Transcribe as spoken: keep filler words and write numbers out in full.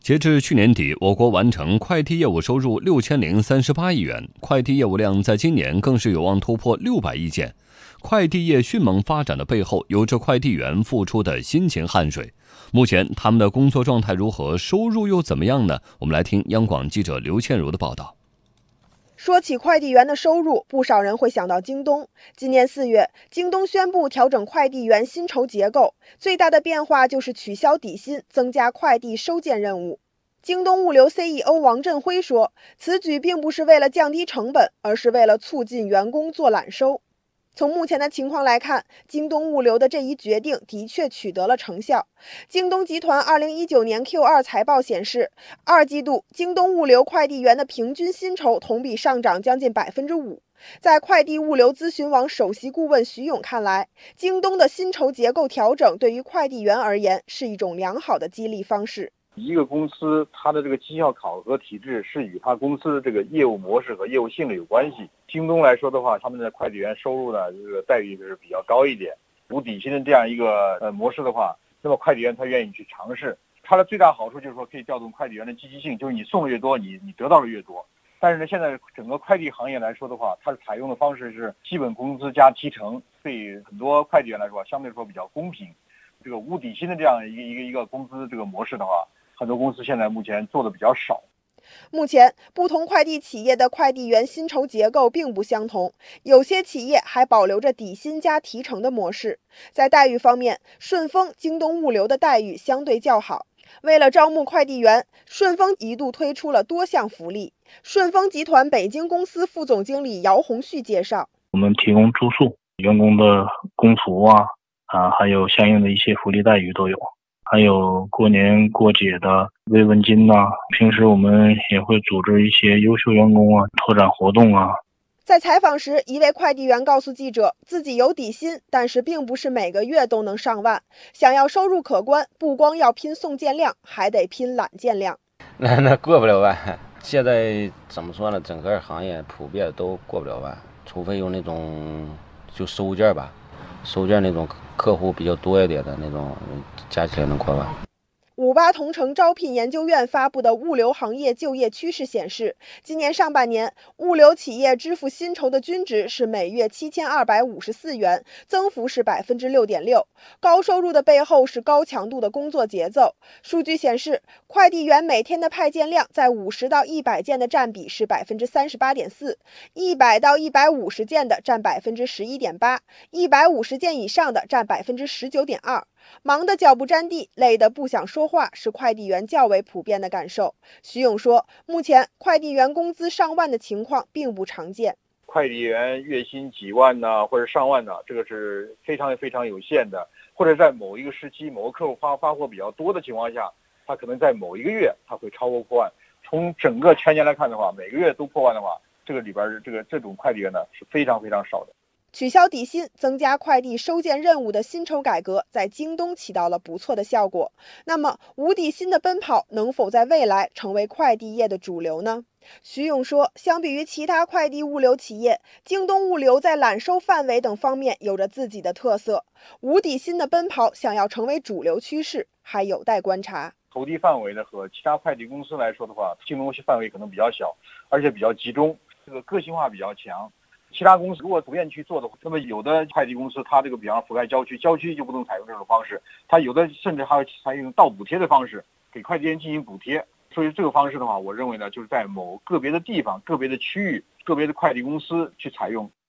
截至去年底，我国完成快递业务收入六千零三十八亿元，快递业务量在今年更是有望突破六百亿件。快递业迅猛发展的背后，有着快递员付出的辛勤汗水。目前他们的工作状态如何，收入又怎么样呢？我们来听央广记者刘倩茹的报道。 说起快递员的收入，不少人会想到京东。今年四月，京东宣布调整快递员薪酬结构，最大的变化就是取消底薪，增加快递收件任务。京东物流 C E O 王振辉说，此举并不是为了降低成本，而是为了促进员工做揽收。从目前的情况来看，京东物流的这一决定的确取得了成效。京东集团二零一九年 Q 二 财报显示，二季度京东物流快递员的平均薪酬同比上涨将近百分之五。在快递物流咨询网首席顾问徐勇看来，京东的薪酬结构调整对于快递员而言是一种良好的激励方式。 一个公司它的这个绩效考核体制是与它公司的这个业务模式和业务性质有关系。京东来说的话，他们的快递员收入呢，这个待遇是比较高一点，无底薪的这样一个呃模式的话，那么快递员他愿意去尝试。它的最大好处就是说可以调动快递员的积极性，就是你送的越多，你你得到的越多。但是呢，现在整个快递行业来说的话，它采用的方式是基本工资加提成，对很多快递员来说相对来说比较公平。这个无底薪的这样一个一个一个工资这个模式的话，很多公司现在目前做的比较少。 目前，不同快递企业的快递员薪酬结构并不相同，有些企业还保留着底薪加提成的模式。在待遇方面，顺丰、京东物流的待遇相对较好。为了招募快递员，顺丰一度推出了多项福利。顺丰集团北京公司副总经理姚红旭介绍， 我们提供住宿、员工的工服啊，啊，还有相应的一些福利待遇都有。还有过年过节的慰问金呐、啊，平时我们也会组织一些优秀员工啊拓展活动啊。 在采访时，一位快递员告诉记者，自己有底薪，但是并不是每个月都能上万。想要收入可观，不光要拼送件量，还得拼揽件量。 那那过不了万。现在怎么说呢？整个行业普遍都过不了万，除非有那种就收件吧，收件那种客户比较多一点的那种，加起来能过万。 五八同城招聘研究院发布的物流行业就业趋势显示，今年上半年物流企业支付薪酬的均值是每月七千二百五十四元，增幅是百分之六点六。高收入的背后是高强度的工作节奏。数据显示，快递员每天的派件量在五十到一百件的占比是百分之三十八点四，一百到一百五十件的占百分之十一点八，一百五十件以上的占百分之十九点二。忙得脚不沾地，累得不想说话，是快递员较为普遍的感受。徐勇说，目前快递员工资上万的情况并不常见。 快递员月薪几万呢，或者上万呢，这个是非常非常有限的。或者在某一个时期，某个客户发发货比较多的情况下，他可能在某一个月他会超过破万。从整个全年来看的话，每个月都破万的话，这个里边这个这种快递员呢是非常非常少的。 取消底薪、增加快递收件任务的薪酬改革，在京东起到了不错的效果。那么，无底薪的奔跑能否在未来成为快递业的主流呢？徐勇说，相比于其他快递物流企业，京东物流在揽收范围等方面有着自己的特色。无底薪的奔跑想要成为主流趋势，还有待观察。 投递范围呢和其他快递公司来说的话，京东范围可能比较小，而且比较集中，这个个性化比较强。其他公司如果不愿意去做的话，那么有的快递公司它这个比方覆盖郊区，郊区就不能采用这种方式，它有的甚至还会采用倒补贴的方式给快递员进行补贴。所以这个方式的话，我认为呢，就是在某个别的地方、个别的区域、个别的快递公司去采用。